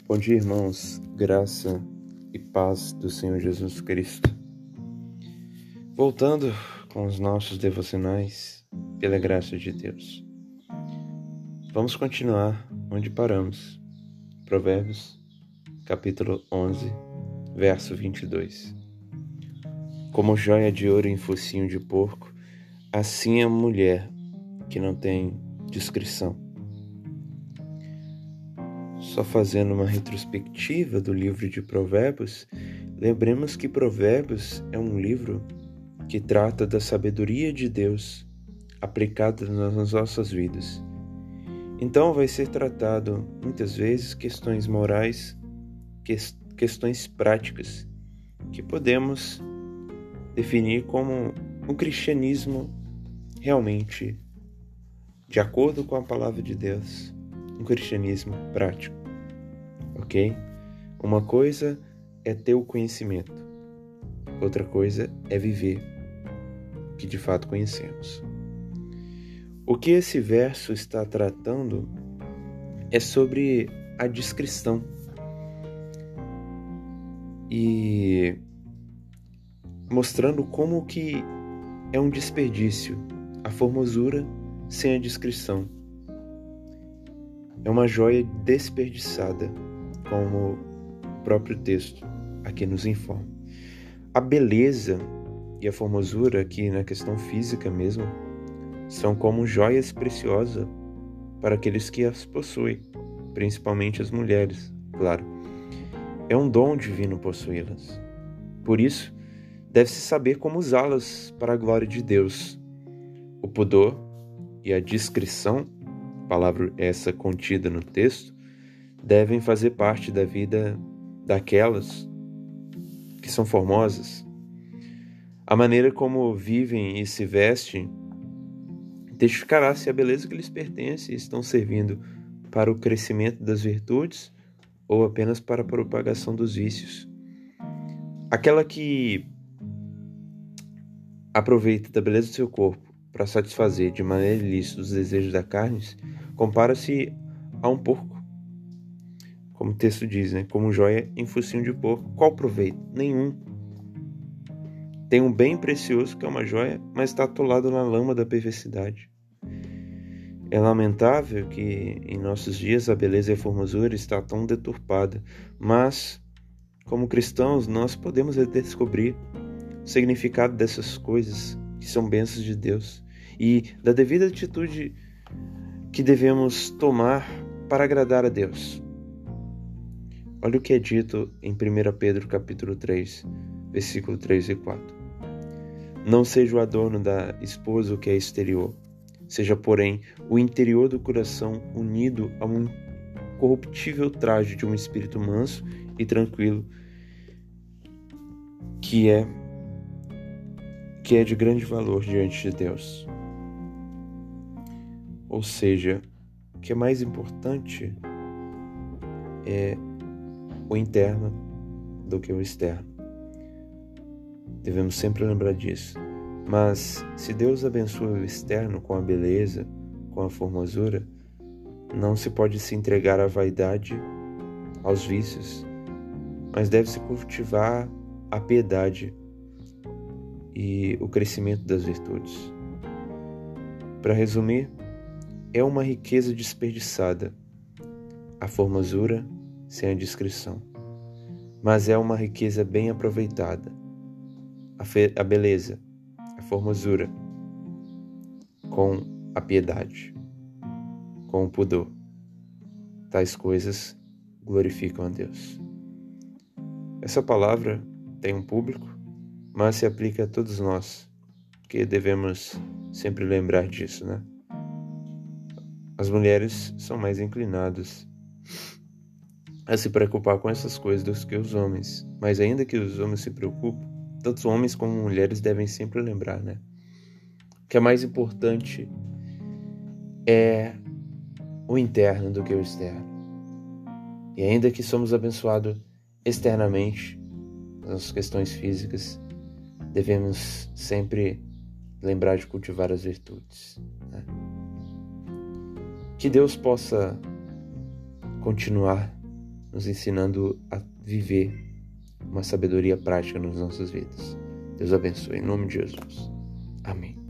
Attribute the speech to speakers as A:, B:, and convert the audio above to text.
A: Bom dia, irmãos, graça e paz do Senhor Jesus Cristo. Voltando com os nossos devocionais, pela graça de Deus. Vamos continuar onde paramos. Provérbios, capítulo 11, verso 22. Como joia de ouro em focinho de porco, assim é a mulher que não tem discrição. Só fazendo uma retrospectiva do livro de Provérbios, lembremos que Provérbios é um livro que trata da sabedoria de Deus aplicada nas nossas vidas. Então vai ser tratado muitas vezes questões morais, questões práticas, que podemos definir como um cristianismo realmente de acordo com a palavra de Deus, um cristianismo prático. Ok? Uma coisa é ter o conhecimento, outra coisa é viver o que de fato conhecemos. O que esse verso está tratando é sobre a discrição e mostrando como que é um desperdício a formosura sem a discrição. É uma joia desperdiçada, como o próprio texto aqui nos informa. A beleza e a formosura, aqui na questão física mesmo, são como joias preciosas para aqueles que as possuem, principalmente as mulheres, claro. É um dom divino possuí-las. Por isso, deve-se saber como usá-las para a glória de Deus. O pudor e a discrição, palavra essa contida no texto, devem fazer parte da vida daquelas que são formosas. A maneira como vivem e se vestem testificará se a beleza que lhes pertence estão servindo para o crescimento das virtudes ou apenas para a propagação dos vícios. Aquela que aproveita da beleza do seu corpo para satisfazer de maneira ilícita os desejos da carne, compara-se a um porco. Como o texto diz, como joia em focinho de porco. Qual proveito? Nenhum. Tem um bem precioso que é uma joia, mas está atolado na lama da perversidade. É lamentável que em nossos dias a beleza e a formosura está tão deturpada, mas como cristãos nós podemos redescobrir o significado dessas coisas que são bênçãos de Deus e da devida atitude que devemos tomar para agradar a Deus. Olha o que é dito em 1 Pedro capítulo 3, versículo 3 e 4. Não seja o adorno da esposa o que é exterior, seja, porém, o interior do coração unido a um incorruptível traje de um espírito manso e tranquilo, que é de grande valor diante de Deus. Ou seja, o que é mais importante é o interno do que o externo. Devemos sempre lembrar disso. Mas se Deus abençoa o externo com a beleza, com a formosura, não se pode se entregar à vaidade, aos vícios, mas deve-se cultivar a piedade e o crescimento das virtudes. Para resumir, é uma riqueza desperdiçada a formosura sem a discrição, mas é uma riqueza bem aproveitada, a beleza, a formosura, com a piedade, com o pudor. Tais coisas glorificam a Deus. Essa palavra tem um público, mas se aplica a todos nós, que devemos sempre lembrar disso, As mulheres são mais inclinadas a se preocupar com essas coisas do que os homens. Mas ainda que os homens se preocupem, tanto homens como mulheres devem sempre lembrar, que é mais importante é o interno do que o externo. E ainda que somos abençoados externamente nas questões físicas, devemos sempre lembrar de cultivar as virtudes. Que Deus possa continuar nos ensinando a viver uma sabedoria prática nas nossas vidas. Deus abençoe, em nome de Jesus. Amém.